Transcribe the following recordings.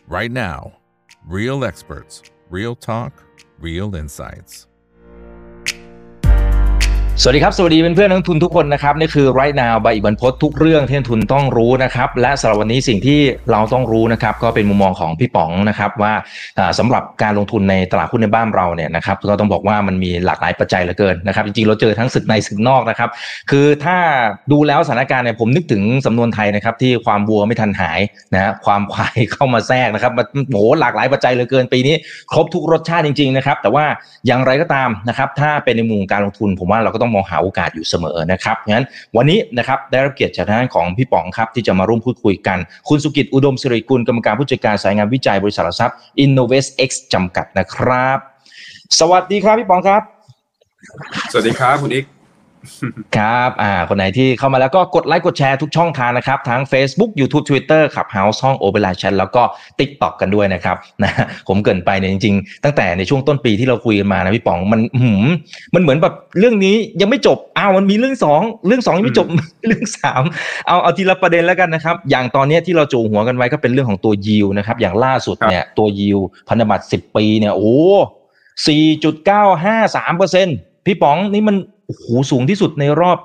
right now. Real experts, real talk, real insights. สวัสดีครับสวัสดีเพื่อนๆนักลงทุนทุกคนนะครับนี่คือ Right Now ใบอิบันพจน์ทุกเรื่องที่นักลงทุนต้องรู้นะครับและสำหรับวันนี้สิ่งที่เราต้องรู้นะครับก็เป็นมุมมองของพี่ป๋องนะครับว่าสำหรับการลงทุนในตลาดหุ้นในบ้านเราเนี่ยนะครับก็ต้องบอกว่ามันมีหลากหลายปัจจัยเหลือเกินนะครับจริงๆเราเจอทั้งศึกในศึกนอกนะครับคือถ้าดูแล้วสถานการณ์เนี่ยผมนึกถึงสำนวนไทยนะครับที่ความวัวไม่ทันหายนะความควายเข้ามาแทรกนะครับโหหลากหลายปัจจัยเหลือเกินปีนี้ครบทุกรสชาติจริงๆนะครับแต่ว่าอย่างไรก็ตามนะครับถ้าเป็นในมุมการลงทุนผมว่าเราก็ต้องมองหาโอกาสอยู่เสมอนะครับงั้นวันนี้นะครับได้รับเกียรติจากทางด้านของพี่ป๋องครับที่จะมาร่วมพูดคุยกันคุณสุกิจอุดมสิริกุลกรรมการผู้จัดการสายงานวิจัยบริษัทหลักทรัพย์ InnovestX จำกัดนะครับสวัสดีครับพี่ป๋องครับสวัสดีครับคุณอีกครับคนไหนที่เข้ามาแล้วก็กดไลค์กดแชร์ทุกช่องทางนะครับทั้ง Facebook YouTube Twitter Clubhouse ห้อง Open Chat แล้วก็ TikTok กันด้วยนะครับนะผมเกริ่นไปเนี่ยจริงๆตั้งแต่ในช่วงต้นปีที่เราคุยกันมานะพี่ป๋องมันเหมือนแบบเรื่องนี้ยังไม่จบมันมีเรื่อง2ยังไม่จบเรื่อง3เอาทีละประเด็นแล้วกันนะครับอย่างตอนนี้ที่เราจู่หัวกันไว้ก็เป็นเรื่องของตัว yield นะครับอย่างล่าสุดเนี่ยตัว yield พันธบัตร10ปีเนี่ยโอ้ 4.953% พี่ป๋องนี่มันโอ้โหสูงที่สุดในรอบ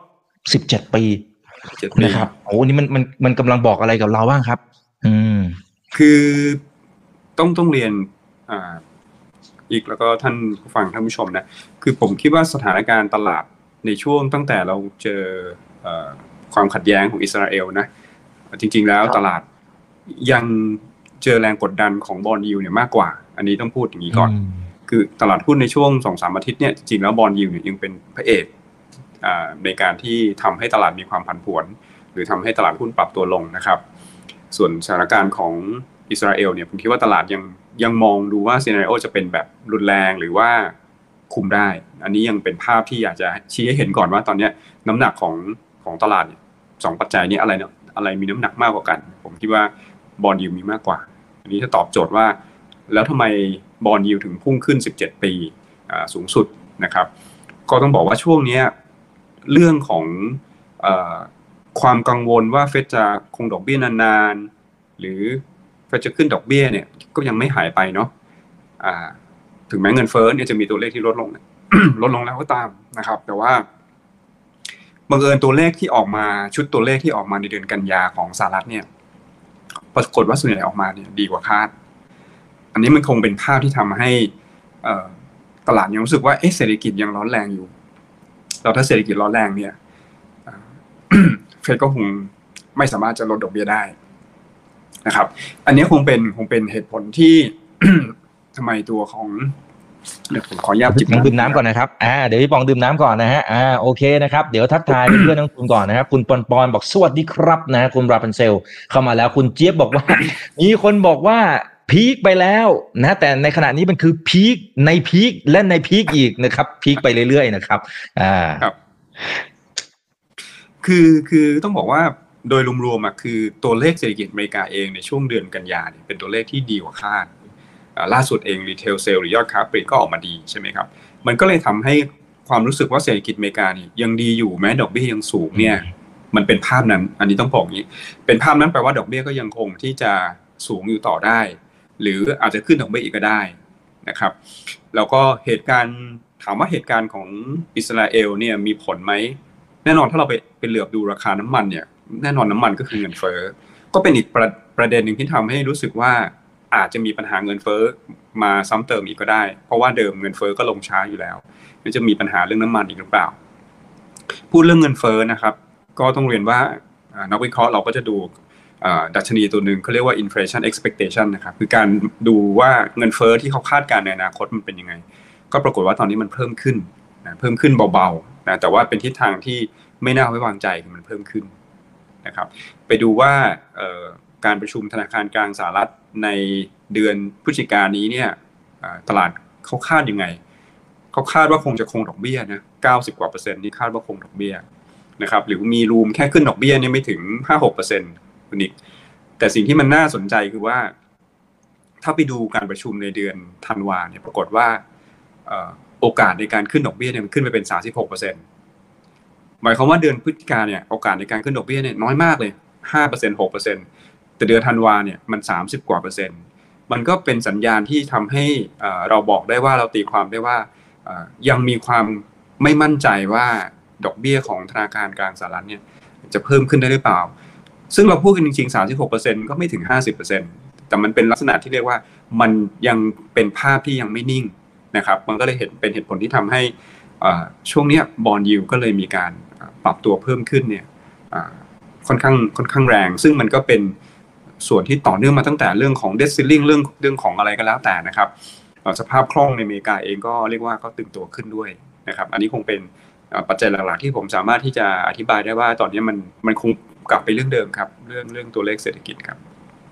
17ปีนะครับโอ้นี่มันกำลังบอกอะไรกับเราบ้างครับคือต้องเรียนอีกแล้วก็ท่านผู้ฟังท่านผู้ชมนะคือผมคิดว่าสถานการณ์ตลาดในช่วงตั้งแต่เราเจอความขัดแย้งของอิสราเอลนะจริงๆแล้วตลาดยังเจอแรงกดดันของบอนด์ยิลด์เนี่ยมากกว่าอันนี้ต้องพูดอย่างนี้ก่อนคือตลาดหุ้นในช่วง 2-3 อาทิตย์เนี่ยจริงๆแล้วบอนด์ยิลด์เนี่ยยังเป็นพระเอกในการที่ทำให้ตลาดมีความผันผวนหรือทำให้ตลาดหุ้นปรับตัวลงนะครับส่วนสถานการณ์ของอิสราเอลเนี่ยผมคิดว่าตลาดยังมองดูว่าซีนาริโอจะเป็นแบบรุนแรงหรือว่าคุมได้อันนี้ยังเป็นภาพที่อยากจะชี้ให้เห็นก่อนว่าตอนนี้น้ำหนักของตลาด2ปัจจัยนี้อะไรมีน้ำหนักมากกว่ากันผมคิดว่าบอนด์ยิลด์มีมากกว่าอันนี้จะตอบโจทย์ว่าแล้วทำไมบอนด์ยิลด์ถึงพุ่งขึ้น17ปีสูงสุดนะครับก็ต้องบอกว่าช่วงนี้เรื่องของความกังวลว่าเฟดจะคงดอกเบี้ยนานๆหรือเฟดจะขึ้นดอกเบี้ยเนี่ยก็ยังไม่หายไปเนาะถึงแม้เงินเฟ้อเนี่ยจะมีตัวเลขที่ลดลง ลดลงแล้วก็ตามนะครับแต่ว่าบังเอิญตัวเลขที่ออกมาชุดตัวเลขที่ออกมาในเดือนกันยาของสหรัฐเนี่ยปรากฏว่าส่วนใหญ่ออกมาเนี่ยดีกว่าคาดอันนี้มันคงเป็นภาพที่ทำให้ตลาดยังรู้สึกว่าเศรษฐกิจยังร้อนแรงอยู่แล้วถ้าเศรษฐกิจร้อนแรงเนี่ยเฟดก็คงไม่สามารถจะลดดอกเบี้ยได้นะครับอันนี้คงเป็นเหตุผลที่ ทำไมตัวของเดี๋ยวผมขออนุญาตจิบดื่มน้ำก่อนนะครับเดี๋ยวพี่ปองดื่มน้ำก่อนนะฮะโอเคนะครับเดี๋ยวทักทายเพื่อนนักลงทุนก่อนนะครับคุณปอนบอกสวัสดีครับนะคุณราพันเซลเข้ามาแล้วคุณเจี๊ยบบอกว่า มีคนบอกว่าพีคไปแล้วนะแต่ในขณะนี้มันคือพีคในพีคและในพีคอีกนะครับพีคไปเรื่อยๆนะครับครับคือต้องบอกว่าโดยรวมๆคือตัวเลขเศรษฐกิจอเมริกาเองในช่วงเดือนกันยายนเป็นตัวเลขที่ดีกว่าคาดล่าสุดเองรีเทลเซลหรือยอดค้าปลีกก็ออกมาดีใช่ไหมครับมันก็เลยทำให้ความรู้สึกว่าเศรษฐกิจอเมริกานี่ยังดีอยู่แม้ดอกเบี้ยยังสูงเนี่ยมันเป็นภาพนั้นอันนี้ต้องบอกอย่างนี้เป็นภาพนั้นแปลว่าดอกเบี้ยก็ยังคงที่จะสูงอยู่ต่อได้หรืออาจจะขึ้นดอกเบี้ยอีกก็ได้นะครับแล้วก็เหตุการณ์ถามว่าเหตุการณ์ของอิสราเอลเนี่ยมีผลไหมแน่นอนถ้าเราไปเหลือบดูราคาน้ำมันเนี่ยแน่นอนน้ำมันก็คือเงินเฟ้อก็เป็นอีกประเด็นหนึ่งที่ทำให้รู้สึกว่าอาจจะมีปัญหาเงินเฟ้อมาซ้ำเติมอีกก็ได้เพราะว่าเดิมเงินเฟ้อก็ลงช้าอยู่แล้วจะมีปัญหาเรื่องน้ำมันอีกหรือเปล่าพูดเรื่องเงินเฟ้อนะครับก็ต้องเรียนว่านักวิเคราะห์เราก็จะดูดัชนีตัวหนึ่งเขาเรียกว่า inflation expectation นะครับคือการดูว่าเงินเฟ้อที่เขาคาดการณ์ในอนาคตมันเป็นยังไงก็ปรากฏว่าตอนนี้มันเพิ่มขึ้นเบาๆนะแต่ว่าเป็นทิศทางที่ไม่น่าไว้วางใจมันเพิ่มขึ้นนะครับไปดูว่าการประชุมธนาคารกลางสหรัฐในเดือนพฤศจิกายนนี้เนี่ยตลาดเขาคาดยังไงเขาคาดว่าคงจะคงดอกเบี้ยนะ90%กว่านี่คาดว่าคงดอกเบี้ยนะครับหรือมีรูมแค่ขึ้นดอกเบี้ยเนี่ยไม่ถึง 5-6% คุณนิกแต่สิ่งที่มันน่าสนใจคือว่าถ้าไปดูการประชุมในเดือนธันวาเนี่ยปรากฏว่าโอกาสในการขึ้นดอกเบี้ยเนี่ยมันขึ้นไปเป็น 36% หมายความว่าเดือนพฤศจิกายนเนี่ยโอกาสในการขึ้นดอกเบี้ยเนี่ยน้อยมากเลย 5% 6% แต่เดือนธันวาเนี่ยมัน30กว่าเปอร์เซ็นต์มันก็เป็นสัญญาณที่ทำให้เราบอกได้ว่าเราตีความได้ว่ายังมีความไม่มั่นใจว่าดอกเบี้ยของธนาคารกลางสหรัฐเนี่ยจะเพิ่มขึ้นได้หรือเปล่าซึ่งเราพูดกันจริงๆ 36% ก็ไม่ถึง 50% แต่มันเป็นลักษณะที่เรียกว่ามันยังเป็นภาพที่ยังไม่นิ่งนะครับมันก็เลยเป็นเหตุผลที่ทำให้ช่วงนี้บอนด์ยิลด์ก็เลยมีการปรับตัวเพิ่มขึ้นเนี่ยค่อนข้างแรงซึ่งมันก็เป็นส่วนที่ต่อเนื่องมาตั้งแต่เรื่องของ debt ceiling เรื่องของอะไรก็แล้วแต่นะครับสภาพคล่องในอเมริกาเองก็เรียกว่าก็ตึงตัวขึ้นด้วยนะครับอันนี้คงเป็นปัจจัยหลักๆที่ผมสามารถที่จะอธิบายได้ว่าตอนนี้มันคงกลับไปเรื่องเดิมครับเรื่องตัวเลขเศรษฐกิจครับ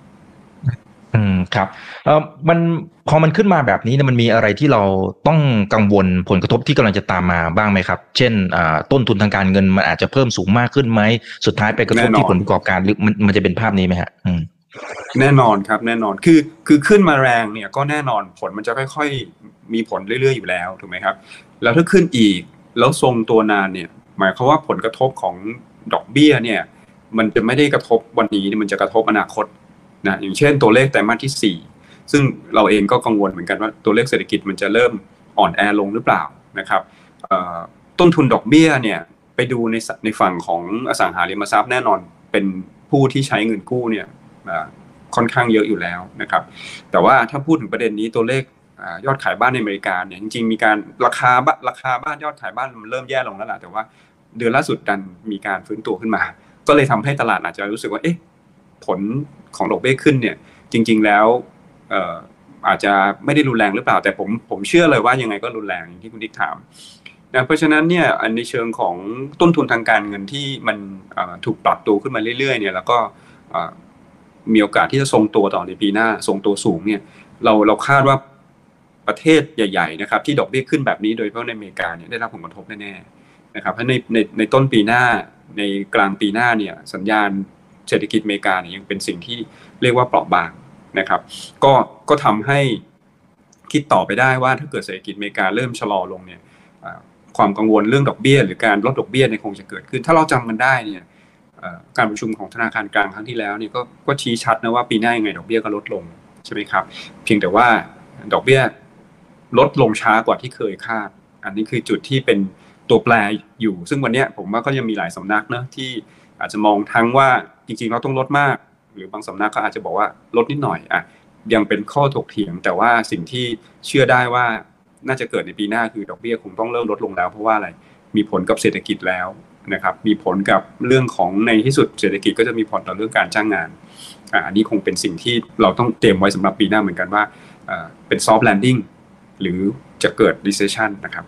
ครับมันพอมันขึ้นมาแบบนี้เนี่ยมันมีอะไรที่เราต้องกังวลผลกระทบที่กำลังจะตามมาบ้างไหมครับเช่นต้นทุนทางการเงินมันอาจจะเพิ่มสูงมากขึ้นไหมสุดท้ายไปกระทบที่ผลประกอบการหรือมันจะเป็นภาพนี้ไหมฮะแน่นอนครับแน่นอนคือขึ้นมาแรงเนี่ยก็แน่นอนผลมันจะค่อยๆมีผลเรื่อยๆอยู่แล้วถูกไหมครับแล้วถ้าขึ้นอีกแล้วทรงตัวนานเนี่ยหมายความว่าผลกระทบของดอกเบี้ยเนี่ยมันจะไม่ได้กระทบวันนี้มันจะกระทบอนาคตนะอย่างเช่นตัวเลขไตรมาสที่4ซึ่งเราเองก็กังวลเหมือนกันว่าตัวเลขเศรษฐกิจมันจะเริ่มอ่อนแอลงหรือเปล่านะครับต้นทุนดอกเบี้ยเนี่ยไปดูในฝั่งของอสังหาริมทรัพย์แน่นอนเป็นผู้ที่ใช้เงินกู้เนี่ยค่อนข้างเยอะอยู่แล้วนะครับแต่ว่าถ้าพูดถึงประเด็นนี้ตัวเลขยอดขายบ้านในอเมริกาเนี่ยจริงๆมีการราคาบ้านยอดขายบ้านมันเริ่มแย่ลงแล้วล่ะแต่ว่าเดือนล่าสุดดันมีการฟื้นตัวขึ้นมาก็เลยทำให้ตลาดอาจจะรู้สึกว่าผลของดอกเบี้ยขึ้นเนี่ยจริงๆแล้วอาจจะไม่ได้รุนแรงหรือเปล่าแต่ผมเชื่อเลยว่ายังไงก็รุนแรงอย่างที่คุณดิ๊กถามนะเพราะฉะนั้นเนี่ยในเชิงของต้นทุนทางการเงินที่มันถูกปรับตัวขึ้นมาเรื่อยๆเนี่ยแล้วก็มีโอกาสที่จะทรงตัวต่อในปีหน้าทรงตัวสูงเนี่ยเราคาดว่าประเทศใหญ่ๆนะครับที่ดอกเบี้ยขึ้นแบบนี้โดยเฉพาะในอเมริกาเนี่ยได้รับผลกระทบแน่ๆนะครับเพราะในต้นปีหน้าในกลางปีหน้าเนี่ยสัญญาณเศรษฐกิจอเมริกาเนี่ยยังเป็นสิ่งที่เรียกว่าเปราะบางนะครับก็ทำให้คิดต่อไปได้ว่าถ้าเกิดเศรษฐกิจอเมริกาเริ่มชะลอลงเนี่ยความกังวลเรื่องดอกเบี้ยหรือการลดดอกเบี้ยเนี่ยคงจะเกิดขึ้นถ้าเราจำกันได้เนี่ยการประชุมของธนาคารกลางครั้งที่แล้วเนี่ยก็ชี้ชัดนะว่าปีหน้ายังไงดอกเบี้ยก็ลดลงใช่ไหมครับเพียงแต่ว่าดอกเบี้ยลดลงช้ากว่าที่เคยคาดอันนี้คือจุดที่เป็นตัวแปรอยู่ซึ่งวันนี้ผมว่าก็ยังมีหลายสำนักนะที่อาจจะมองทั้งว่าจริงๆเราต้องลดมากหรือบางสำนักก็อาจจะบอกว่าลดนิดหน่อยยังเป็นข้อถกเถียงแต่ว่าสิ่งที่เชื่อได้ว่าน่าจะเกิดในปีหน้าคือดอกเบี้ยคงต้องเริ่มลดลงแล้วเพราะว่าอะไรมีผลกับเศรษฐกิจแล้วนะครับมีผลกับเรื่องของในที่สุดเศรษฐกิจก็จะมีผลต่อเรื่องการจ้างงานอันนี้คงเป็นสิ่งที่เราต้องเตรียมไว้สำหรับปีหน้าเหมือนกันว่าเป็น soft landing หรือจะเกิด recession นะครับ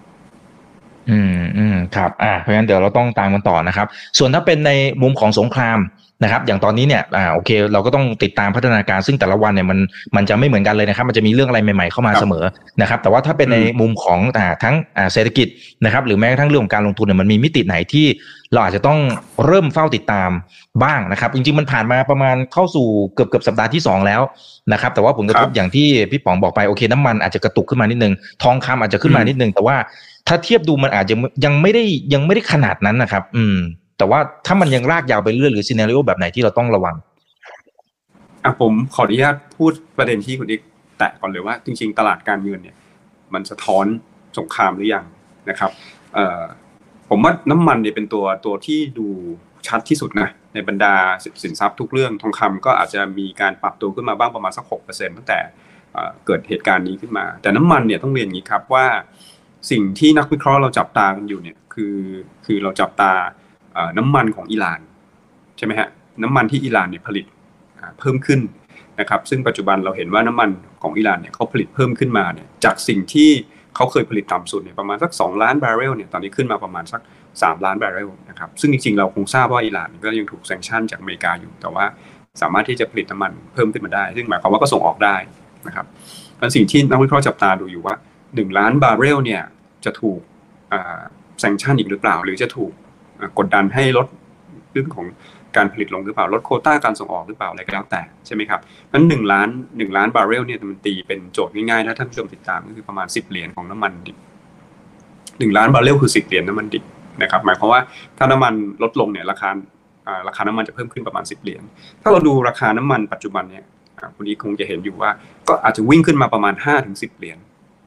ครับเพราะงั้นเดี๋ยวเราต้องตามกันต่อนะครับส่วนถ้าเป็นในมุมของสงครามนะครับอย่างตอนนี้เนี่ยโอเคเราก็ต้องติดตามพัฒนาการซึ่งแต่ละวันเนี่ยมันจะไม่เหมือนกันเลยนะครับมันจะมีเรื่องอะไรใหม่ๆเข้ามาเสมอนะครับแต่ว่าถ้าเป็นในมุมของทั้งเศรษฐกิจนะครับหรือแม้กระทั่งเรื่องของการลงทุนเนี่ยมันมีมิติไหนที่เราอาจจะต้องเริ่มเฝ้าติดตามบ้างนะครับจริงๆมันผ่านมาประมาณเข้าสู่เกือบสัปดาห์ที่2แล้วนะครับแต่ว่าผลกระทบอย่างที่พี่ป๋องบอกไปโอเคน้ำมันอาจจะกระตุกขึ้นมานิดนึงทองคำอาจจะขึ้นมานิดนึงแต่ว่าถ้าเทียบดูมันอาจจะยังไม่ได้ขนาดนั้นนะครับแต่ว่าถ้ามันยังลากยาวไปเรื่อยหรือซีนาริโอแบบไหนที่เราต้องระวังผมขออนุญาตพูดประเด็นที่คุณดิ๊กแตะก่อนเลยว่าจริงๆตลาดการเงินเนี่ยมันสะท้อนสงครามหรือยังนะครับผมว่าน้ำมันเนี่ยเป็นตัวที่ดูชัดที่สุดนะในบรรดาสินทรัพย์ทุกเรื่องทองคำก็อาจจะมีการปรับตัวขึ้นมาบ้างประมาณสัก 6% ตั้งแต่เกิดเหตุการณ์นี้ขึ้นมาแต่น้ำมันเนี่ยต้องเรียนอย่างนี้ครับว่าสิ่งที่นักวิเคราะห์เราจับตากันอยู่เนี่ยคือเราจับตาน้ำมันของอิหร่านใช่ไหมฮะน้ำมันที่อิหร่านเนี่ยผลิตเพิ่มขึ้นนะครับซึ่งปัจจุบันเราเห็นว่าน้ำมันของอิหร่านเนี่ยเขาผลิตเพิ่มขึ้นมาเนี่ยจากสิ่งที่เขาเคยผลิตต่ำสุดเนี่ยประมาณสัก2ล้านบาร์เรลเนี่ยตอนนี้ขึ้นมาประมาณสัก3ล้านบาร์เรลนะครับซึ่งจริงๆเราคงทราบว่าอิหร่านก็ยังถูกแซงชั่นจากอเมริกาอยู่แต่ว่าสามารถที่จะผลิตน้ำมันเพิ่มขึ้นมาได้ซึ่งหมายความว่าก็ส่งออกได้นะครับเป็นสิ่งที่นักวิเคราะห์จับตาดูอยู่ว่า1ล้านบาร์เรลเนี่ยจะถูกแซงชั่นอีกหรือเปล่าหรือจะถูกกดดันให้ลดเรื่องของการผลิตลงหรือเปล่าลดโควต้าการส่งออกหรือเปล่าอะไรก็แล้วแต่ใช่ไหมครับนั้น1ล้านบาร์เรลเนี่ยมันตีเป็นโจทย์ง่ายๆถ้าท่านผู้ชมติดตามก็คือประมาณ10เหรียญของน้ำมันดิบ1ล้านบาร์เรลคือ10เหรียญน้ำมันดิบนะครับหมายความว่าถ้าน้ำมันลดลงเนี่ยราคาน้ำมันจะเพิ่มขึ้นประมาณ10เหรียญถ้าเราดูราคาน้ำมันปัจจุบันเนี่ยคุณนี้คงจะเห็นอยู่ว่าก็อาจจะวิ่งขึ้นมาประมาณ 5-10 เหรียญ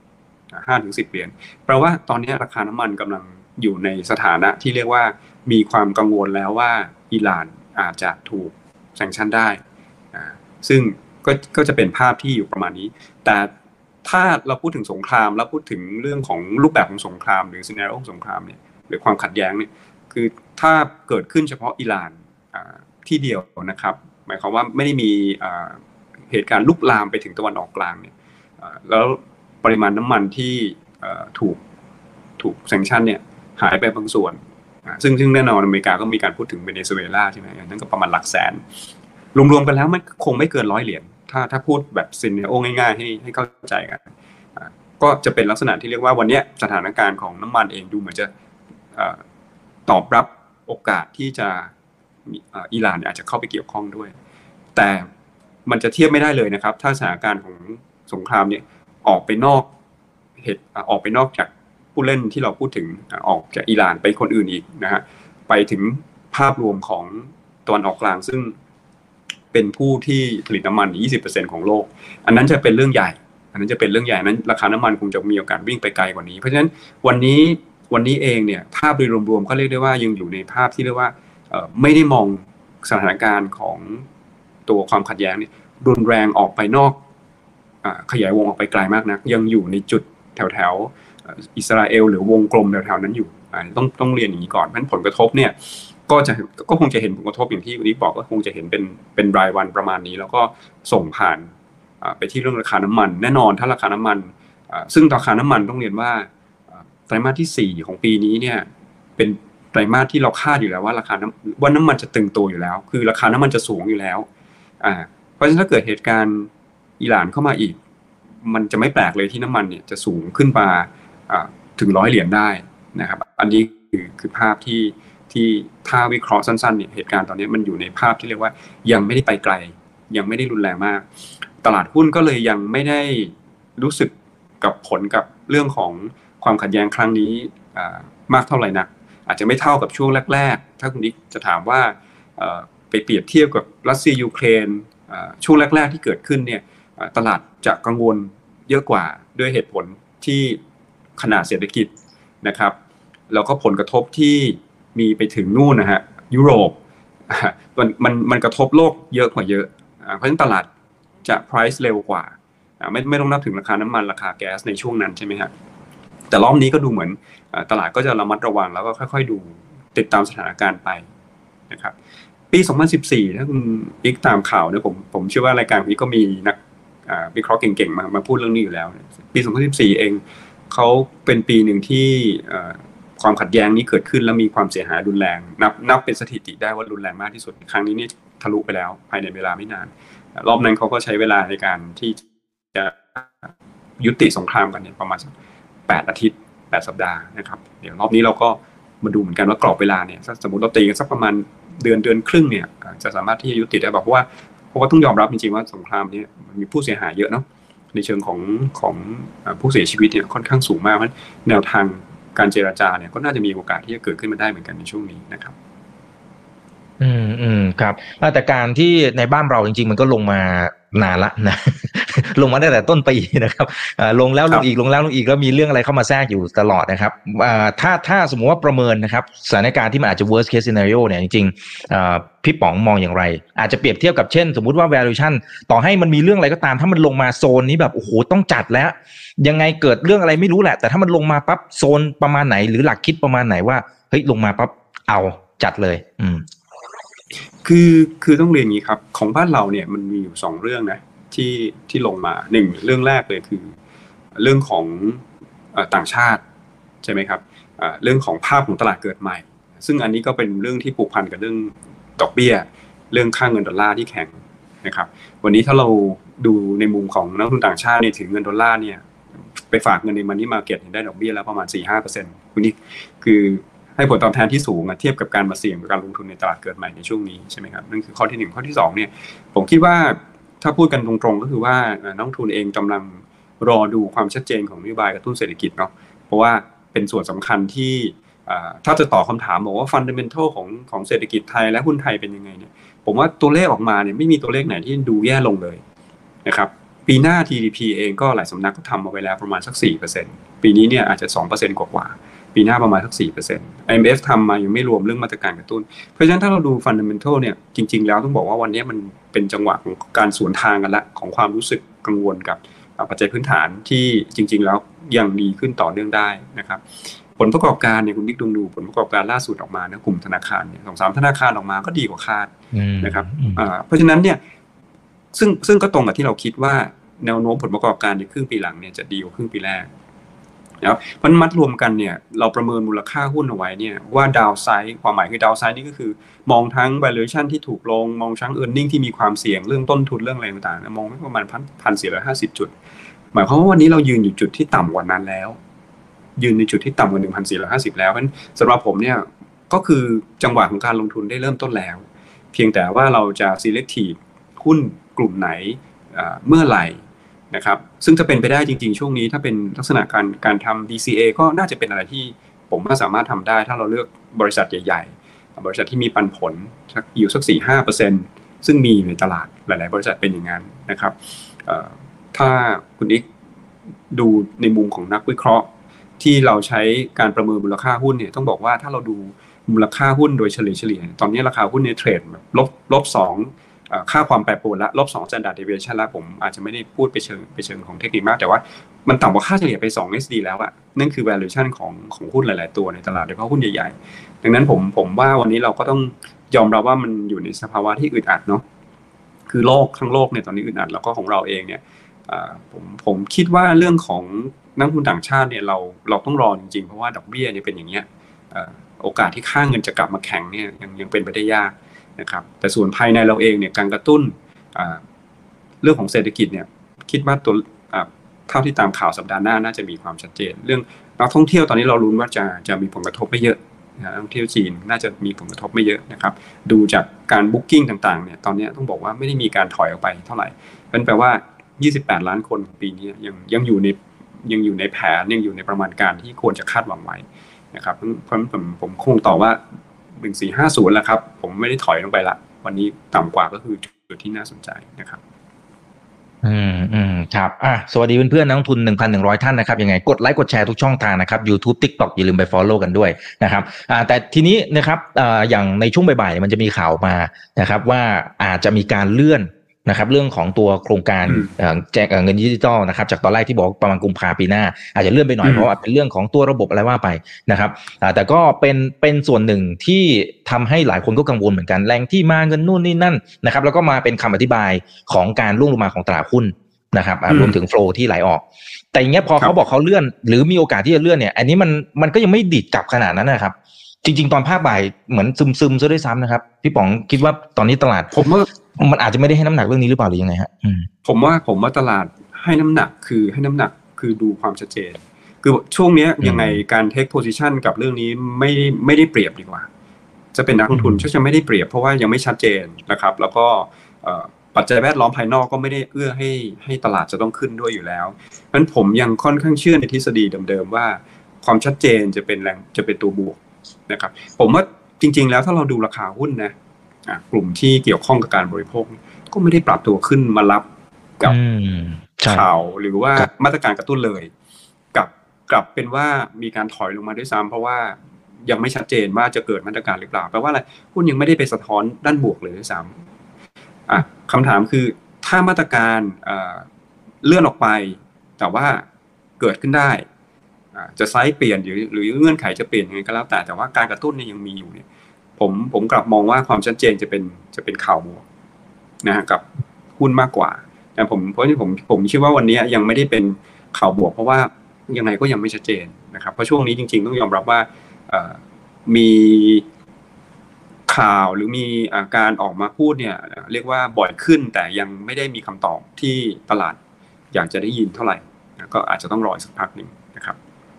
5-10 เหรียญแปลว่าตอนนี้ราคาน้ำมันกำลังอยู่ในสถานะที่เรียกว่ามีความกังวลแล้วว่าอิหร่านอาจจะถูกแซงชั่นได้ซึ่งก็จะเป็นภาพที่อยู่ประมาณนี้แต่ถ้าเราพูดถึงสงครามแล้วพูดถึงเรื่องของรูปแบบของสงครามหรือซีนาริโอสงครามเนี่ยหรือความขัดแย้งเนี่ยคือถ้าเกิดขึ้นเฉพาะอิหร่านที่เดียวนะครับหมายความว่าไม่ได้มีเหตุการณ์ลุกลามไปถึงตะวันออกกลางเนี่ยแล้วปริมาณน้ำมันที่ถูกแซงชั่นเนี่ยหายไปบางส่วนซึ่งแน่นอนอเมริกาก็มีการพูดถึงเวเนซุเอลาใช่ไหมนั่นก็ประมาณหลักแสนรวมๆกันแล้วมันคงไม่เกิน100 เหรียญถ้าพูดแบบซีนาริโอง่ายๆให้เข้าใจกันก็จะเป็นลักษณะที่เรียกว่าวันนี้สถานการณ์ของน้ำมันเองดูเหมือนจะตอบรับโอกาสที่จะอิหร่านอาจจะเข้าไปเกี่ยวข้องด้วยแต่มันจะเทียบไม่ได้เลยนะครับถ้าสถานการณ์ของสงครามเนี่ยออกไปนอกจากผู้เล่นที่เราพูดถึงออกจากอิหร่านไปคนอื่นอีกนะฮะไปถึงภาพรวมของตะวันออกกลางซึ่งเป็นผู้ที่ผลิตน้ำมัน 20% ของโลกอันนั้นจะเป็นเรื่องใหญ่นั้นราคาน้ำมันคงจะมีโอกาสวิ่งไปไกลกว่านี้เพราะฉะนั้นวันนี้เองเนี่ยภาพโดยรวมๆก็เรียกได้ว่ายังอยู่ในภาพที่เรียกว่าไม่ได้มองสถานการณ์ของตัวความขัดแย้งเนี่ยรุนแรงออกไปนอกขยายวงออกไปไกลมากนักยังอยู่ในจุดแถวอิสราเอลหรือวงกลมแถวๆนั้นอยู่ต้องเรียนอย่างนี้ก่อนเพราะฉะนั้นผลกระทบเนี่ยก็คงจะเห็นผลกระทบอย่างที่วันนี้บอกก็คงจะเห็นเป็นรายวันประมาณนี้แล้วก็ส่งผ่านไปที่เรื่องราคาน้ำมันแน่นอนถ้าราคาน้ำมันซึ่งราคาน้ำมันต้องเรียนว่าไตรมาสที่4ของปีนี้เนี่ยเป็นไตรมาสที่เราคาดอยู่แล้วว่าน้ำมันจะตึงตัวอยู่แล้วคือราคาน้ำมันจะสูงอยู่แล้วเพราะฉะนั้นถ้าเกิดเหตุการณ์อิหร่านเข้ามาอีกมันจะไม่แปลกเลยที่น้ำมันเนี่ยจะสูงขึ้นมาถึง100 เหรียญได้นะครับอันนี้คือภาพที่ถ้าวิเคราะห์สั้นๆเนี่ยเหตุการณ์ตอนนี้มันอยู่ในภาพที่เรียกว่ายังไม่ได้ไปไกลยังไม่ได้รุนแรงมากตลาดหุ้นก็เลยยังไม่ได้รู้สึกกับผลกับเรื่องของความขัดแย้งครั้งนี้มากเท่าไหร่นักอาจจะไม่เท่ากับช่วงแรกๆถ้าคุณนิกจะถามว่าไปเปรียบเทียบกับรัสเซียยูเครนช่วงแรกๆที่เกิดขึ้นเนี่ยตลาดจะกังวลเยอะกว่าด้วยเหตุผลที่ขนาดเศรษฐกิจนะครับแล้วก็ผลกระทบที่มีไปถึงนู่นนะฮะยุโรปมันกระทบโลกเยอะกว่าเยอะเพราะฉะนั้นตลาดจะ price เร็วกว่าไม่ต้องนับถึงราคาน้ำมันราคาแก๊สในช่วงนั้นใช่ไหมฮะแต่รอบนี้ก็ดูเหมือนตลาดก็จะระมัดระวังแล้วก็ค่อยๆดูติดตามสถานการณ์ไปนะครับปี2014ถ้าคุณอีกตามข่าวเนี่ยผมเชื่อว่ารายการนี้ก็มีนักวิเคราะห์เก่งๆมาพูดเรื่องนี้อยู่แล้วปี2014เองเขาเป็นปีหนึ่งที่ความขัดแย้งนี้เกิดขึ้นแล้วมีความเสียหายรุนแรงนับเป็นสถิติได้ว่ารุนแรงมากที่สุดครั้งนี้นี่ทะลุไปแล้วภายในเวลาไม่นานรอบนั้นเขาก็ใช้เวลาในการที่จะยุติสงครามกันเนี่ยประมาณ8 อาทิตย์8 สัปดาห์นะครับเดี๋ยวรอบนี้เราก็มาดูเหมือนกันว่ากรอบเวลาเนี่ยสมมติเราตีกันสักประมาณเดือนครึ่งเนี่ยจะสามารถที่จะยุติได้เพราะว่าต้องยอมรับจริงๆว่าสงครามนี้มันมีผู้เสียหายเยอะเนาะในเชิงของผู้เสียชีวิตเนี่ยค่อนข้างสูงมากเพราะแนวทางการเจรจาเนี่ยก็น่าจะมีโอกาสที่จะเกิดขึ้นมาได้เหมือนกันในช่วงนี้นะครับครับแต่การที่ในบ้านเราจริงๆมันก็ลงมานานละนะ ลงมาตั้งแต่ต้นปีนะครับลงแล้วลงอีกแล้วมีเรื่องอะไรเข้ามาแทรกอยู่ตลอดนะครับถ้าสมมุติว่าประเมินนะครับสถานการณ์ที่มันอาจจะ worst case scenario เนี่ยจริงๆพี่ป๋องมองอย่างไรอาจจะเปรียบเทียบกับเช่นสมมุติว่า valuation ต่อให้มันมีเรื่องอะไรก็ตามถ้ามันลงมาโซนนี้แบบโอ้โหต้องจัดแล้วยังไงเกิดเรื่องอะไรไม่รู้แหละแต่ถ้ามันลงมาปั๊บโซนประมาณไหนหรือหลักคิดประมาณไหนว่าเฮ้ยลงมาปั๊บเอาจัดเลยคือต้องเรียนอย่างนี้ครับของบ้านเราเนี่ยมันมีอยู่2 เรื่องนะที่ลงมา1เรื่องแรกเลยคือเรื่องของต่างชาติใช่ไหมครับเรื่องของภาพของตลาดเกิดใหม่ซึ่งอันนี้ก็เป็นเรื่องที่ผูกพันกับเรื่องดอกเบี้ยเรื่องค่าเงินดอลลาร์ที่แข็งนะครับวันนี้ถ้าเราดูในมุมของนักลงทุนต่างชาติเนี่ยถือเงินดอลลาร์เนี่ยไปฝากเงินในมันนี่มาร์เก็ตได้ดอกเบี้ยแล้วประมาณ 4-5% คุณนี่คือให้ผลตอบแทนที่สูงเทียบกับการมาเสี่ยงกับการลงทุนในตลาดเกิดใหม่ในช่วงนี้ใช่ไหมครับนั่นคือข้อที่1ข้อที่2เนี่ยผมคิดว่าถ้าพูดกันตรงๆก็คือว่านักลงทุนเองกำลังรอดูความชัดเจนของนโยบายกระตุ้นเศรษฐกิจเนาะเพราะว่าเป็นส่วนสำคัญที่ถ้าจะตอบคำถามบอกว่าฟันเดเมนทัลของเศรษฐกิจไทยและหุ้นไทยเป็นยังไงเนี่ยผมว่าตัวเลขออกมาเนี่ยไม่มีตัวเลขไหนที่ดูแย่ลงเลยนะครับปีหน้า GDP เองก็หลายสำนักก็ทำมาไว้แล้วประมาณสัก 4% ปีนี้เนี่ยอาจจะ 2% กว่าปีหน้าประมาณสัก 4% IMF ทำมายังไม่รวมเรื่องมาตรการกระตุ้นเพราะฉะนั้นถ้าเราดู fundamental เนี่ยจริงๆแล้วต้องบอกว่าวันนี้มันเป็นจังหวะของการสวนทางกันละของความรู้สึกกังวลกับปัจจัยพื้นฐานที่จริงๆแล้วยังดีขึ้นต่อเนื่องได้นะครับผลประกอบการเนี่ยคุณบิ๊กดูผลประกอบการล่าสุดออกมานะกลุ่มธนาคารเนี่ย 2-3 ธนาคารออกมาก็ดีกว่าคาดนะครับเพราะฉะนั้นเนี่ยซึ่งก็ตรงกับที่เราคิดว่าแนวโน้มผลประกอบการในครึ่งปีหลังเนี่ยจะดีกว่าครึ่งปีแรกนะครับมันมัดรวมกันเนี่ยเราประเมินมูลค่าหุ้นเอาไว้เนี่ยว่าดาวไซด์ความหมายคือดาวไซด์นี่ก็คือมองทั้ง valuation ที่ถูกลงมองทั้ง earning ที่มีความเสี่ยงเรื่องต้นทุนเรื่องอะไรต่างๆมองประมาณ 1,450 จุดหมายความว่าวันนี้เรายืนอยู่จุดที่ต่ำกว่านั้นแล้วยืนในจุดที่ต่ำกว่า 1,450 แล้วเพราะฉะนั้นสำหรับผมเนี่ยก็คือจังหวะของการลงทุนได้เริ่มต้นแล้วเพียงแต่ว่าเราจะ selective หุ้นกลุ่มไหนเมื่อไหร่นะครับซึ่งจะเป็นไปได้จริงๆช่วงนี้ถ้าเป็นลักษณะการทำ DCA ก็น่าจะเป็นอะไรที่ผมว่าสามารถทำได้ถ้าเราเลือกบริษัทใหญ่ๆบริษัทที่มีปันผลอยู่สัก 4-5% ซึ่งมีในตลาดหลายๆบริษัทเป็นอย่างนั้นนะครับถ้าคุณอีกดูในมุมของนักวิเคราะห์ที่เราใช้การประเมินมูลค่าหุ้นเนี่ยต้องบอกว่าถ้าเราดูมูลค่าหุ้นโดยเฉลี่ยตอนนี้ราคาหุ้นในเทรดแบบลบ2ค่าความแปรปรวนละลบ2 standard deviation ละผมอาจจะไม่ได้พูดไปเชิงของเทคนิคมากแต่ว่ามันต่ำกว่าค่าเฉลี่ยไป2 SD แล้วอะนั่นคือ valuation ของหุ้นหลายๆตัวในตลาดโดยเฉพาะหุ้นใหญ่ๆดังนั้นผมว่าวันนี้เราก็ต้องยอมรับว่ามันอยู่ในสภาวะที่อึดอัดเนาะคือทั้งโลกเนี่ยตอนนี้อึดอัดแล้วก็ของเราเองเนี่ยผมคิดว่าเรื่องของนักลงทุนต่างชาติเนี่ยเราต้องรอจริงๆเพราะว่าดอกเบี้ยเนี่ยเป็นอย่างเงี้ยโอกาสที่ค่าเงินจะกลับมาแข็งเนี่ยยังเป็นไปได้ยากนะครับแต่ส่วนภายในเราเองเนี่ยการกระตุ้นเรื่องของเศรษฐกิจเนี่ยคิดว่าตัวเท่าที่ตามข่าวสัปดาห์หน้าน่าจะมีความชัดเจนเรื่องนักท่องเที่ยวตอนนี้เราลุ้นว่าจะมีผลกระทบไม่เยอะนักท่องเที่ยวจีนน่าจะมีผลกระทบไม่เยอะนะครับดูจากการบุ๊กิ้งต่างๆเนี่ยตอนนี้ต้องบอกว่าไม่ได้มีการถอยออกไปเท่าไหร่เป็นแปลว่า28 ล้านคนปีนี้ยังอยู่ในแผนยังอยู่ในประมาณการที่ควรจะคาดหวังไว้นะครับเพราะผมคงตอบว่า1450แล้วครับผมไม่ได้ถอยลงไปละวันนี้ต่ำกว่าก็คือจุดที่น่าสนใจนะครับครับสวัสดีเพื่อนๆนักลงทุน 1,100 ท่านนะครับยังไงกดไลค์กดแชร์ทุกช่องทางนะครับ YouTube TikTok อย่าลืมไป follow กันด้วยนะครับแต่ทีนี้นะครับอย่างในช่วงบ่ายๆมันจะมีข่าวมานะครับว่าอาจจะมีการเลื่อนนะครับเรื่องของตัวโครงการแจกเงินดิจิทัลนะครับจากตอนแรกที่บอกประมาณกุมภาพันธ์ปีหน้าอาจจะเลื่อนไปหน่อยเพราะว่าเป็นเรื่องของตัวระบบอะไรว่าไปนะครับแต่ก็เป็นส่วนหนึ่งที่ทำให้หลายคนก็กังวลเหมือนกันแรงที่มาเงินนู่นนี่นั่นนะครับแล้วก็มาเป็นคำอธิบายของการร่วงลงมาของตลาดหุ้นนะครับรวมถึงโฟลว์ที่ไหลออกแต่อย่างเงี้ยพอเขาบอกเขาเลื่อนหรือมีโอกาสที่จะเลื่อนเนี่ยอันนี้มันก็ยังไม่ดิดกลับขนาดนั้นนะครับจริงๆตอนภาคบ่ายเหมือนซึมซะด้วยซ้ำนะครับพี่ป๋องคิดว่าตอนนี้ตลาดผมว่ามันอาจจะไม่ได้ให้น้ำหนักเรื่องนี้หรือเปล่าหรือยังไงฮะผมว่าตลาดให้น้ำหนักคือดูความชัดเจนคือช่วงนี้ยังไงการเทคโพซิชันกับเรื่องนี้ไม่ได้เปรียบดีกว่าจะเป็นนักลงทุนจะไม่ได้เปรียบเพราะว่ายังไม่ชัดเจนนะครับแล้วก็ปัจจัยแวดล้อมภายนอกก็ไม่ได้เอื้อให้ตลาดจะต้องขึ้นด้วยอยู่แล้วเพราะฉะนั้นผมยังค่อนข้างเชื่อในทฤษฎีเดิมๆว่าความชัดเจนจะเป็นตัวบวกนะครับผมว่าจริงๆแล้วถ้าเราดูราคาหุ้นนะกลุ่มที่เกี่ยวข้องกับการบริโภคก็ไม่ได้ปรับตัวขึ้นมารับกับข่าวหรือว่ามาตรการกระตุ้นเลยกลับเป็นว่ามีการถอยลงมาด้วยซ้ำเพราะว่ายังไม่ชัดเจนว่าจะเกิดมาตรการหรือเปล่าแปลว่าอะไรหุ้นยังไม่ได้ไปสะท้อนด้านบวกเลยด้วยซ้ำคำถามคือถ้ามาตรการเลื่อนออกไปแต่ว่าเกิดขึ้นได้จะไซส์เปลี่ยนหรือเงื่อนไขจะเปลี่ยนยังไงก็แล้วแต่ว่าการกระตุ้นเนี่ยยังมีอยู่เนี่ยผมกลับมองว่าความชัดเจนจะเป็นข่าวบวกนะฮะกับหุ้นมากกว่าแต่เพราะที่ผมคิดว่าวันนี้ยังไม่ได้เป็นข่าวบวกเพราะว่ายังไงก็ยังไม่ชัดเจนนะครับเพราะช่วงนี้จริงๆต้องยอมรับว่ามีข่าวหรือมีการออกมาพูดเนี่ยเรียกว่าบ่อยขึ้นแต่ยังไม่ได้มีคำตอบที่ตลาดอยากจะได้ยินเท่าไหร่ก็อาจจะต้องรออีกสักพักหนึ่งนะครับ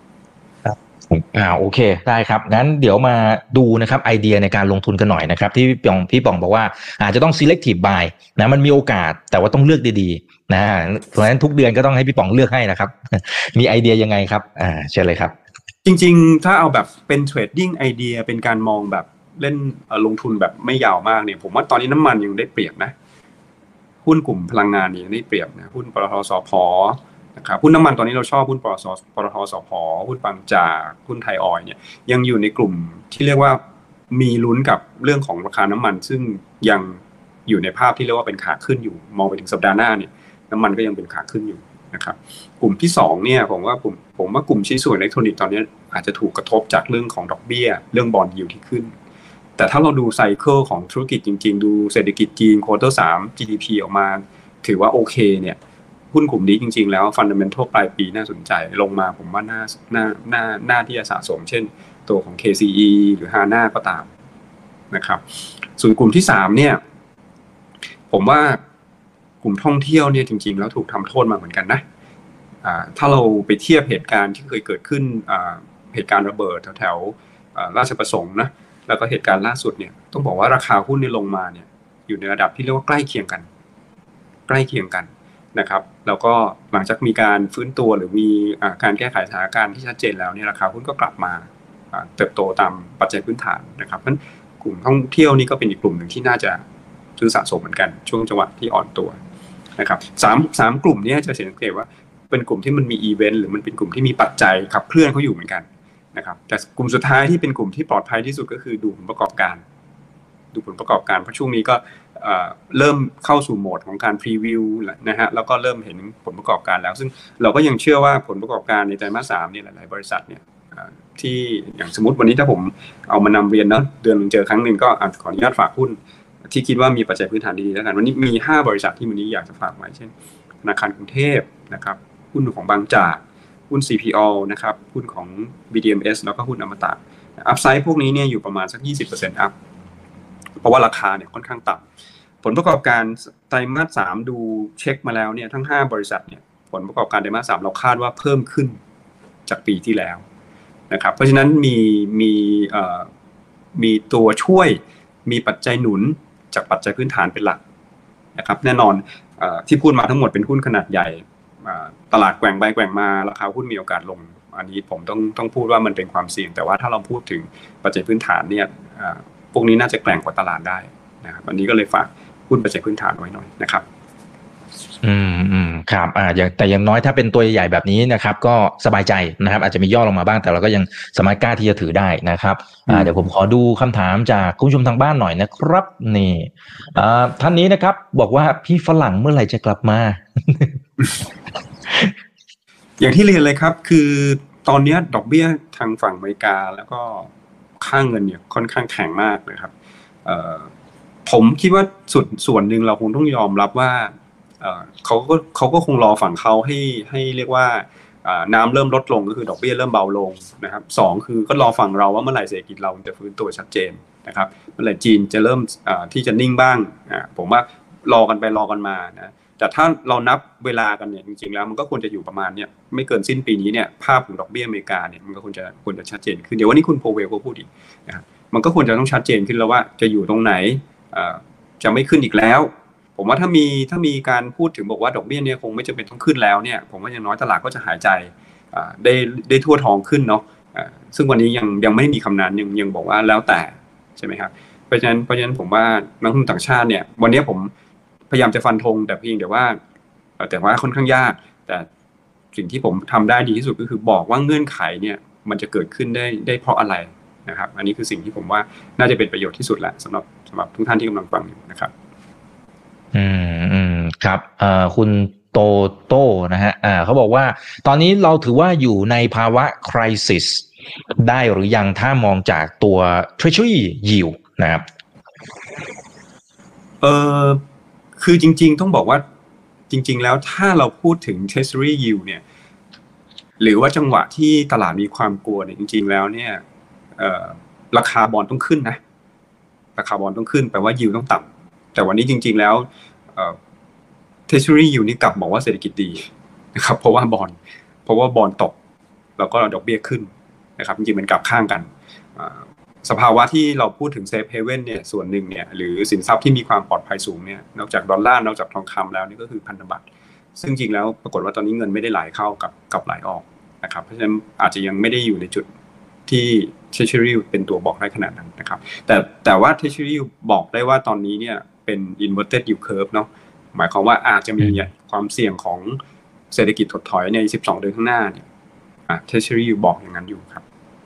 โอเคได้ครับงั้นเดี๋ยวมาดูนะครับไอเดียในการลงทุนกันหน่อยนะครับที่พี่ป๋องบอกว่าอาจจะต้อง selective buy นะมันมีโอกาสแต่ว่าต้องเลือกดีๆนะเพราะฉะนั้นทุกเดือนก็ต้องให้พี่ป๋องเลือกให้นะครับมีไอเดียยังไงครับเชิญเลยครับจริงๆถ้าเอาแบบเป็นเทรดดิ้งไอเดียเป็นการมองแบบเล่นลงทุนแบบไม่ยาวมากเนี่ยผมว่าตอนนี้น้ำมันยังได้เปรียบนะหุ้นกลุ่มพลังงานนี่ได้เปรียบนะหุ้นปตท.สผ.นะครับหุ้นน้ำมันตอนนี้เราชอบหุ้นปตท.สผ.หุ้นบางจากหุ้นไทยออยล์เนี่ยยังอยู่ในกลุ่มที่เรียกว่ามีลุ้นกับเรื่องของราคาน้ำมันซึ่งยังอยู่ในภาพที่เรียกว่าเป็นขาขึ้นอยู่มองไปถึงสัปดาห์หน้าเนี่ยน้ำมันก็ยังเป็นขาขึ้นอยู่นะครับกลุ่มที่2เนี่ยผมว่ากลุ่มชิ้นส่วนอิเล็กทรอนิกส์ตอนนี้อาจจะถูกกระทบจากเรื่องของดอกเบี้ยเรื่องบอนด์ยิลด์ที่ขึ้นแต่ถ้าเราดูไซเคิลของธุรกิจจริงๆดูเศรษฐกิจจีนควอเตอร์3 GDP ออกมาถือว่าโอเคเนี่ยหุ้นกลุ่มนี้จริงๆแล้วฟันดัมเมนทัลปลายปีน่าสนใจลงมาผมว่าน่าที่จะสะสมเช่นตัวของ KCE หรือ HANA ก็ตามนะครับส่วนกลุ่มที่3เนี่ยผมว่ากลุ่มท่องเที่ยวเนี่ยจริงๆแล้วถูกทำโทษมาเหมือนกันนะถ้าเราไปเทียบเหตุการณ์ที่เคยเกิดขึ้นเหตุการณ์ระเบิดแถวราชประสงค์นะแล้วก็เหตุการณ์ล่าสุดเนี่ยต้องบอกว่าราคาหุ้นเนี่ยลงมาเนี่ยอยู่ในระดับที่เรียกว่าใกล้เคียงกันนะครับแล้วก็หลังจากมีการฟื้นตัวหรือมีการแก้ไขสถานการณ์ที่ชัดเจนแล้วเนี่ยราคาหุ้นก็กลับมาเติบโตตามปัจจัยพื้นฐานนะครับเพราะฉะนั้นกลุ่มท่องเที่ยวนี่ก็เป็นอีกกลุ่มหนึ่งที่น่าจะซื้อสะสมเหมือนกันช่วงจังหวะที่อ่อนตัวนะครับสามกลุ่มนี้จะสังเกตว่าเป็นกลุ่มที่มันมีอีเวนต์หรือมันเป็นกลุ่มที่มีปัจจัยขับเคลื่อนเขาอยู่เหมือนกันนะครับแต่กลุ่มสุดท้ายที่เป็นกลุ่มที่ปลอดภัยที่สุดก็คือดูผลประกอบการเพราะช่วงนี้ก็เริ่มเข้าสู่โหมดของการพรีวิวนะฮะแล้วก็เริ่มเห็นผลประกอบการแล้วซึ่งเราก็ยังเชื่อว่าผลประกอบการในไตรมาส 3เนี่ยหลายๆบริษัทเนี่ยที่อย่างสมมติวันนี้ถ้าผมเอามานำเรียนเนาะเดือนนึงเจอครั้งนึงก็ขออนุญาตฝากหุ้นที่คิดว่ามีปัจจัยพื้นฐานดีๆแล้วกันวันนี้มี5บริษัทที่วันนี้อยากจะฝากไว้เช่นธนาคารกรุงเทพนะครับหุ้นของบางจากหุ้น CPO นะครับหุ้นของ BDMs แล้วก็หุ้นอมตะอัพไซด์พวกนี้เนี่ยอยู่ประมาณสัก 20% อัพเพราะว่าราคาเนี่ยค่อนข้างต่ำผลประกอบการไตรมาส 3ดูเช็คมาแล้วเนี่ยทั้ง5บริษัทเนี่ยผลประกอบการไตรมาส 3เราคาดว่าเพิ่มขึ้นจากปีที่แล้วนะครับเพราะฉะนั้นมีตัวช่วยมีปัจจัยหนุนจากปัจจัยพื้นฐานเป็นหลักนะครับแน่นอนที่พูดมาทั้งหมดเป็นหุ้นขนาดใหญ่ตลาดแกว่งไปแกว่งมาราคาหุ้นมีโอกาสลงอันนี้ผมต้องพูดว่ามันเป็นความเสี่ยงแต่ว่าถ้าเราพูดถึงปัจจัยพื้นฐานเนี่ยพวกนี้น่าจะแกร่งกว่าตลาดได้นะครับอันนี้ก็เลยฝากหุ้นปัจจัยพื้นฐานไว้หน่อยนะครับครับแต่อย่างน้อยถ้าเป็นตัวใหญ่แบบนี้นะครับก็สบายใจนะครับอาจจะมีย่อลงมาบ้างแต่เราก็ยังสามารถกล้าที่จะถือได้นะครับเดี๋ยวผมขอดูคำถามจากคุณผู้ชมทางบ้านหน่อยนะครับนี่ท่านนี้นะครับบอกว่าพี่ฝรั่งเมื่อไหร่จะกลับมาอย่างที่เรียนเลยครับคือตอนนี้ดอกเบี้ยทางฝั่งอเมริกาแล้วก็ค่าเงินเนี่ยค่อนข้างแข็งมากเลยครับผมคิดว่าส่วนหนึ่งเราคงต้องยอมรับว่าเขาก็คงรอฝั่งเขาให้เรียกว่าน้ำเริ่มลดลงก็คือดอกเบี้ยเริ่มเบาลงนะครับ2คือก็รอฝั่งเราว่าเมื่อไหร่เศรษฐกิจเราจะฟื้นตัวชัดเจนนะครับเมื่อไหร่จีนจะเริ่มที่จะนิ่งบ้างผมว่ารอกันไปรอกันมานะแต่ถ้าเรานับเวลากันเนี่ยจริงๆแล้วมันก็ควรจะอยู่ประมาณเนี่ยไม่เกินสิ้นปีนี้เนี่ยภาพของดอกเบี้ยอเมริกาเนี่ยมันก็ควรจะชัดเจนขึ้นเดี๋ยววันนี้คุณโพเวลก็พูดอีกนะครับมันก็ควรจะต้องชัดเจนขึ้นแล้วว่าจะอยู่ตรงไหนจะไม่ขึ้นอีกแล้วผมว่าถ้ามีการพูดถึงบอกว่าดอกเบี้ยเนี่ยคงไม่จำเป็นต้องขึ้นแล้วเนี่ยผมว่าอย่างน้อยตลาดก็จะหายใจได้ทั่วท้องขึ้นเนาะซึ่งวันนี้ยังไม่มีคำนั้นยังบอกว่าแล้วแต่ใช่ไหมครับเพราะฉะนั้นผมว่านักลงทุนต่างชาติเนี่ยวันนี้ผมพยายามจะฟันธงแต่เพียงแต่ว่าค่อนข้างยากแต่สิ่งที่ผมทำได้ดีที่สุดก็คือบอกว่าเงื่อนไขเนี่ยมันจะเกิดขึ้นได้เพราะอะไรนะครับอันนี้คือสิ่งที่ผมว่าน่าจะเป็นประโยชน์ที่สุดแหละสำหรับทุกท่านที่กำลังฟังอยู่นะครับครับคุณโตโต้นะฮะเขาบอกว่าตอนนี้เราถือว่าอยู่ในภาวะ crisis ได้หรือยังถ้ามองจากตัว Treasury Yield นะครับคือจริงๆต้องบอกว่าจริงๆแล้วถ้าเราพูดถึง Treasury Yield เนี่ยหรือว่าจังหวะที่ตลาดมีความกลัวเนี่ยจริงๆแล้วเนี่ยราคาบอนด์ต้องขึ้นนะราคาบอนด์ต้องขึ้นแปลว่า Yield ต้องต่ำแต่วันนี้จริงๆแล้วTreasury Yield นี่กลับบอกว่าเศรษฐกิจดีนะครับเพราะว่าบอนด์ตกแล้วก็ดอกเบี้ยขึ้นนะครับจริงๆมันกลับข้างกันสภาวะที่เราพูดถึง Safe Haven เนี่ยส่วนหนึ่งเนี่ยหรือสินทรัพย์ที่มีความปลอดภัยสูงเนี่ยนอกจากดอลลาร์นอกจากทองคำแล้วนี่ก็คือพันธบัตรซึ่งจริงแล้วปรากฏว่าตอนนี้เงินไม่ได้ไหลเข้ากับไหลออกนะครับเพราะฉะนั้นอาจจะยังไม่ได้อยู่ในจุดที่ Treasury เป็นตัวบอกได้ขนาดนั้นนะครับแต่ว่า Treasury บอกได้ว่าตอนนี้เนี่ยเป็น inverted yield curve เนาะหมายความว่าอาจจะมีความเสี่ยงของเศรษฐกิจถดถอยใน12เดือนข้างหน้าเนี่ยTreasury อยู่บอกอย่างนั้นอยู่ครับ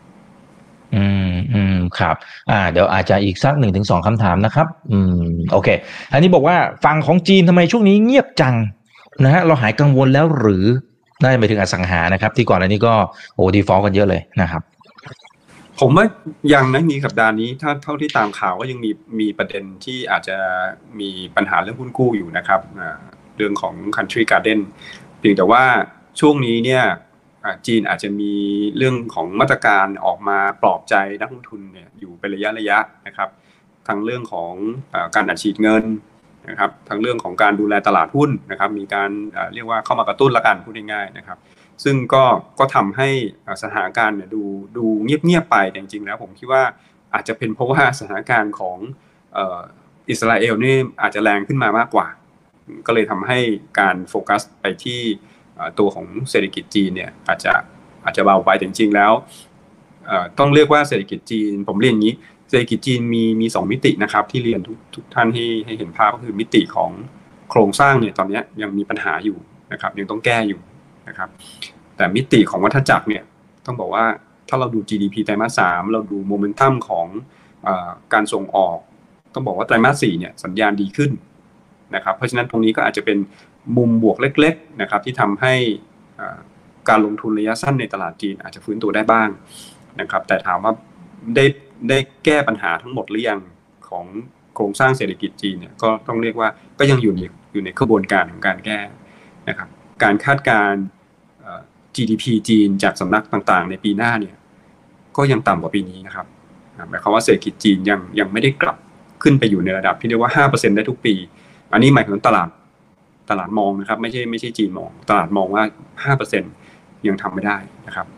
ครับเดี๋ยวอาจจะอีกสัก 1-2 คำถามนะครับโอเคอันนี้บอกว่าฝั่งของจีนทำไมช่วงนี้เงียบจังนะฮะเราหายกังวลแล้วหรือน่าจะไปถึงอสังหานะครับที่ก่อนอันนี้ก็ดีฟอลต์กันเยอะเลยนะครับผมว่ายังนะมีสัปดาห์นี้ถ้าเท่าที่ตามข่าวก็ยังมีประเด็นที่อาจจะมีปัญหาเรื่องหุ้นกู้อยู่นะครับเรื่องของ Country Garden เพียงแต่ว่าช่วงนี้เนี่ยจีนอาจจะมีเรื่องของมาตรการออกมาปลอบใจนักลงทุนเนี่ยอยู่เป็นระยะนะครับทั้งเรื่องของการอัดฉีดเงินนะครับทั้งเรื่องของการดูแลตลาดหุ้นนะครับมีการเรียกว่าเข้ามากระตุ้นละกันพูดง่ายๆนะครับซึ่งก็ทำให้สถานการณ์เนี่ยดูเงียบๆไปแต่จริงๆแล้วผมคิดว่าอาจจะเป็นเพราะว่าสถานการณ์ของอิสราเอลนี่อาจจะแรงขึ้นมามากกว่าก็เลยทำให้การโฟกัสไปที่ตัวของเศรษฐกิจจีนเนี่ยอาจจะเบาไปแต่จริงๆแล้วต้องเรียกว่าเศรษฐกิจจีนผมเรียนอย่างนี้เศรษฐกิจจีนมี2มิตินะครับที่เรียนทุกท่านให้เห็นภาพก็คือมิติของโครงสร้างเนี่ยตอนนี้ยังมีปัญหาอยู่นะครับยังต้องแก้อยู่นะครับแต่มิติของวัฏจักรเนี่ยต้องบอกว่าถ้าเราดู GDP ไตรมาส 3เราดูโมเมนตัมของการส่งออกต้องบอกว่าไตรมาส 4เนี่ยสัญญาณดีขึ้นนะครับเพราะฉะนั้นตรงนี้ก็อาจจะเป็นมุมบวกเล็กๆนะครับที่ทำให้การลงทุนระยะสั้นในตลาดจีนอาจจะฟื้นตัวได้บ้างนะครับแต่ถามว่าได้แก้ปัญหาทั้งหมดหรือยังของโครงสร้างเศรษฐกิจจีนเนี่ยก็ต้องเรียกว่าก็ยังอยู่ในกระบวนการของการแก้นะครับการคาดการณ์GDP จีนจากสำนักต่างๆในปีหน้าเนี่ยก็ยังต่ำกว่าปีนี้นะครับหมายความว่าเศรษฐกิจจีนยังไม่ได้กลับขึ้นไปอยู่ในระดับที่เรียกว่า 5% ได้ทุกปีอันนี้หมายถึงตลาดมองนะครับไม่ใช่จีนมองตลาดมองว่า 5% ยังทำไม่ได้นะครับ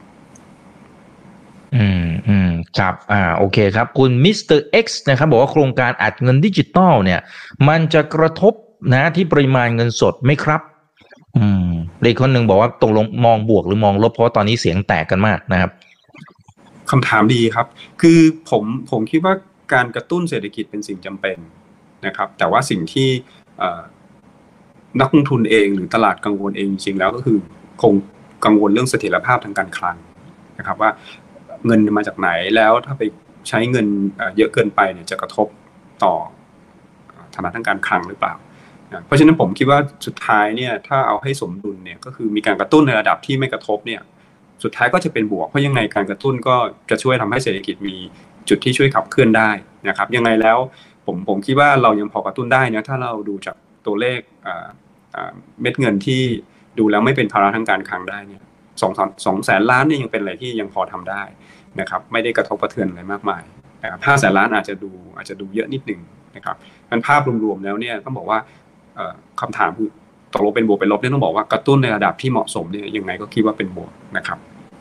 ครับโอเคครับคุณมิสเตอร์ X นะครับบอกว่าโครงการอัดเงินดิจิตอลเนี่ยมันจะกระทบนะที่ปริมาณเงินสดไหมครับอีกคนหนึ่งบอกว่าตกลงมองบวกหรือมองลบเพราะตอนนี้เสียงแตกกันมากนะครับคำถามดีครับคือผมคิดว่าการกระตุ้นเศรษฐกิจเป็นสิ่งจำเป็นนะครับแต่ว่าสิ่งที่นักลงทุนเองหรือตลาดกังวลเองจริงๆแล้วก็คือคงกังวลเรื่องเสถียรภาพทางการคลังนะครับว่าเงินมาจากไหนแล้วถ้าไปใช้เงินเยอะเกินไปเนี่ยจะกระทบต่อฐานะทางการคลังหรือเปล่าเพราะฉะนั้นผมคิดว่าสุดท้ายเนี่ยถ้าเอาให้สมดุลเนี่ยก็คือมีการกระตุ้นในระดับที่ไม่กระทบเนี่ยสุดท้ายก็จะเป็นบวกเพราะยังไงการกระตุ้นก็จะช่วยทำให้เศรษฐกิจมีจุดที่ช่วยขับเคลื่อนได้นะครับยังไงแล้วผมคิดว่าเรายังพอกระตุ้นได้นะถ้าเราดูจากตัวเลขเม็ดเงินที่ดูแล้วไม่เป็นภาระทางการคลังได้เนี่ย2 แสนล้านนี่ยังเป็นอะไรที่ยังพอทำได้นะครับไม่ได้กระทบกระเทือนอะไรมากมายนะครับ5 แสนล้านอาจจะดูเยอะนิดนึงนะครับมันภาพรวมๆแล้วเนี่ยต้องบอกว่าคำถามคือตกลงเป็นบวกเป็นลบเนี่ยต้องบอกว่ากระตุ้นในระดับที่เหมาะสมเนี่ยยังไงก็คิดว่าเป็นบวกนะครับ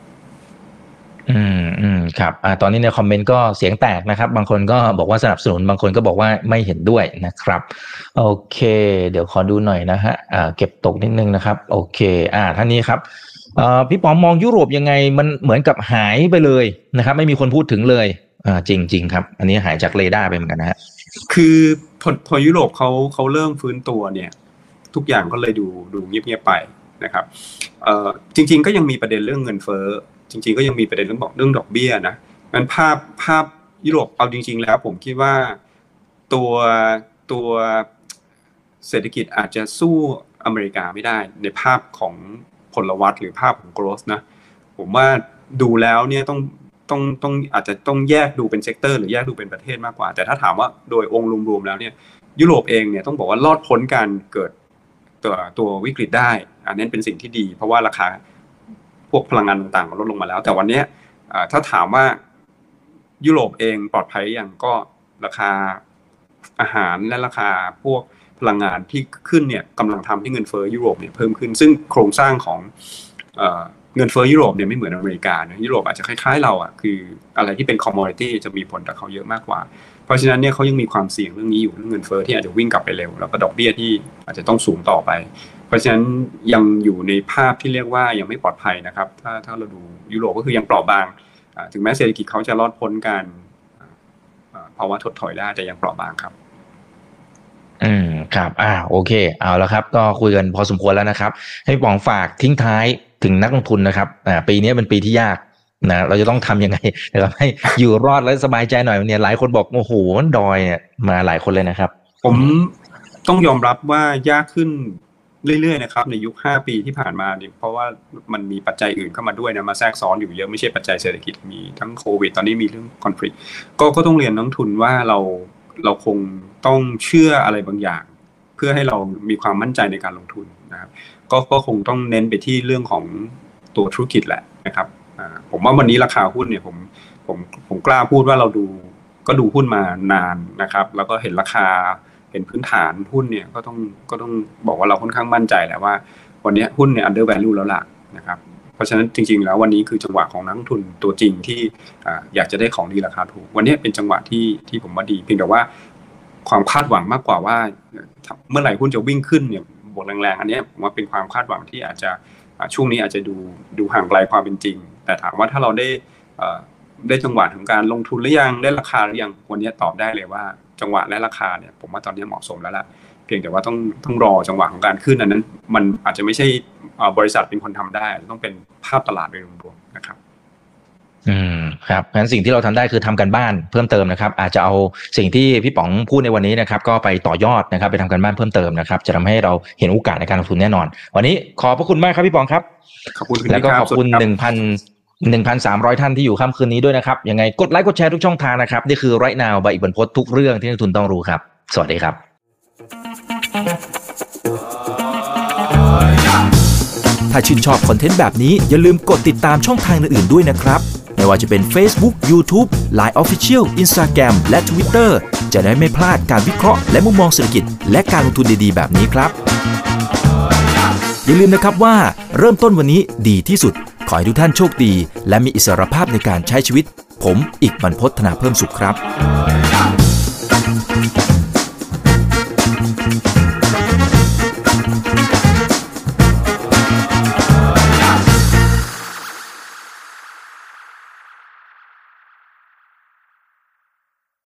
ครับตอนนี้ในคอมเมนต์ก็เสียงแตกนะครับบางคนก็บอกว่าสนับสนุนบางคนก็บอกว่าไม่เห็นด้วยนะครับโอเคเดี๋ยวขอดูหน่อยนะฮะเก็บตกนิดนึงนะครับโอเคท่านนี้ครับพี่ป๋อมมองยุโรปยังไงมันเหมือนกับหายไปเลยนะครับไม่มีคนพูดถึงเลยจริงครับอันนี้หายจากเรดาร์ไปเหมือนกันนะฮะคือพอยุโรปเขาเริ่มฟื้นตัวเนี่ยทุกอย่างก็เลยดูเงียบๆไปนะครับจริงๆก็ยังมีประเด็นเรื่องเงินเฟ้อจริงๆก็ยังมีประเด็นเรื่องดอกเบี้ยนะงั้นภาพยุโรปเอาจริงๆแล้วผมคิดว่าตัวเศรษฐกิจอาจจะสู้อเมริกาไม่ได้ในภาพของพลวัตหรือภาพของ growth นะผมว่าดูแล้วเนี่ยต้องอาจจะต้องแยกดูเป็นเซกเตอร์หรือแยกดูเป็นประเทศมากกว่าแต่ถ้าถามว่าโดยองค์รวมๆแล้วเนี่ยยุโรปเองเนี่ยต้องบอกว่ารอดพ้นการเกิดตัววิกฤตได้อันนี้เป็นสิ่งที่ดีเพราะว่าราคาพวกพลังงานต่างๆลดลงมาแล้วแต่วันนี้ถ้าถามว่ายุโรปเองปลอดภัยอย่างก็ราคาอาหารและราคาพวกพลังงานที่ขึ้นเนี่ยกำลังทำให้เงินเฟ้อยุโรปเนี่ยเพิ่มขึ้นซึ่งโครงสร้างของเงินเฟ้อยุโรปเนี่ยไม่เหมือนอเมริกานะยุโรปอาจจะคล้ายๆเราคืออะไรที่เป็นคอมมอดิตี้จะมีผลต่อเขาเยอะมากกว่าเพราะฉะนั้นเนี่ยเขายังมีความเสี่ยงเรื่องนี้อยู่เรื่องเงินเฟ้อที่อาจจะวิ่งกลับไปเร็วแล้วก็ดอกเบี้ยที่อาจจะต้องสูงต่อไปเพราะฉะนั้นยังอยู่ในภาพที่เรียกว่ายังไม่ปลอดภัยนะครับถ้าเราดูยุโรปก็คือยังเปราะบางถึงแม้เศรษฐกิจเขาจะรอดพ้นการภาวะถดถอยได้แต่ยังเปราะบางครับครับโอเคเอาแล้วครับก็คุยกันพอสมควรแล้วนะครับให้พี่ป๋องฝากทิ้งท้ายถึงนักลงทุนนะครับปีนี้เป็นปีที่ยากนะเราจะต้องทำยังไงนะครับให้อยู่รอดและสบายใจหน่อยเนี่ยหลายคนบอกโอ้โหดอยเนี่ยมาหลายคนเลยนะครับผมต้องยอมรับว่ายากขึ้นเรื่อยๆนะครับในยุค5ปีที่ผ่านมาเนี่ยเพราะว่ามันมีปัจจัยอื่นเข้ามาด้วยนะมาแทรกซ้อนอยู่เยอะไม่ใช่ปัจจัยเศรษฐกิจมีทั้งโควิดตอนนี้มีเรื่องคอนฟลิกต์ก็ต้องเรียนนักลงทุนว่าเราคงต้องเชื่ออะไรบางอย่างเพื่อให้เรามีความมั่นใจในการลงทุนนะครับก็คงต้องเน้นไปที่เรื่องของตัวธุรกิจแหละนะครับผมว่าวันนี้ราคาหุ้นเนี่ยผมกล้าพูดว่าเราดูหุ้นมานานนะครับแล้วก็เห็นราคาเห็นพื้นฐานหุ้นเนี่ยก็ต้องบอกว่าเราค่อนข้างมั่นใจแหละว่าวันนี้หุ้นเนี่ย under value แล้วล่ะนะครับเพราะฉะนั้นจริงๆแล้ววันนี้คือจังหวะของนักลงทุนตัวจริงที่อยากจะได้ของดีราคาถูกวันนี้เป็นจังหวะที่ผมว่าดีเพียงแต่ว่าความคาดหวังมากกว่าว่าเมื่อไหร่หุ้นจะวิ่งขึ้นเนี่ยบวกแรงๆอันนี้ผมว่าเป็นความคาดหวังที่อาจจะช่วงนี้อาจจะดูห่างไกลความเป็นจริงแต่ถามว่าถ้าเราได้จังหวะของการลงทุนหรือยังได้ราคาหรือยังวันนี้ตอบได้เลยว่าจังหวะและราคาเนี่ยผมว่าตอนนี้เหมาะสมแล้วล่ะเพียงแต่ว่าต้องรอจังหวะของการขึ้นอันนั้นมันอาจจะไม่ใช่บริษัทเป็นคนทำได้ต้องเป็นภาพตลาดโดยรวมๆนะครับครับงั้นสิ่งที่เราทำได้คือทำกันบ้านเพิ่มเติมนะครับอาจจะเอาสิ่งที่พี่ป๋องพูดในวันนี้นะครับก็ไปต่อยอดนะครับไปทำกันบ้านเพิ่มเติมนะครับจะทำให้เราเห็นโอกาสในการลงทุนแน่นอนวันนี้ขอบพระคุณมากครับพี่ป๋องครับขอบคุณแล้วก็ขอบคุณ1,300 ท่านที่อยู่ค่ำคืนนี้ด้วยนะครับยังไงกดไลค์กดแชร์ทุกช่องทางนะครับนี่คือ Right Now บายอีกบรรพตทุกเรื่องที่นักลงทุนต้องรู้ครับสวัสดีครับถ้าชื่นชอบคอนเทนต์แบบนี้อย่าลืมกดติดตามช่องทางอื่นๆด้วยนะครับไม่ว่าจะเป็น Facebook, YouTube, Line Official, Instagram และ Twitter จะได้ไม่พลาดการวิเคราะห์และมุมมองเศรษฐกิจและการลงทุนดีๆแบบนี้ครับอย่าลืมนะครับว่าเริ่มต้นวันนี้ดีที่สุดขอให้ทุกท่านโชคดีและมีอิสรภาพในการใช้ชีวิตผมอีกบรรพต ธนาเพิ่มสุขครับ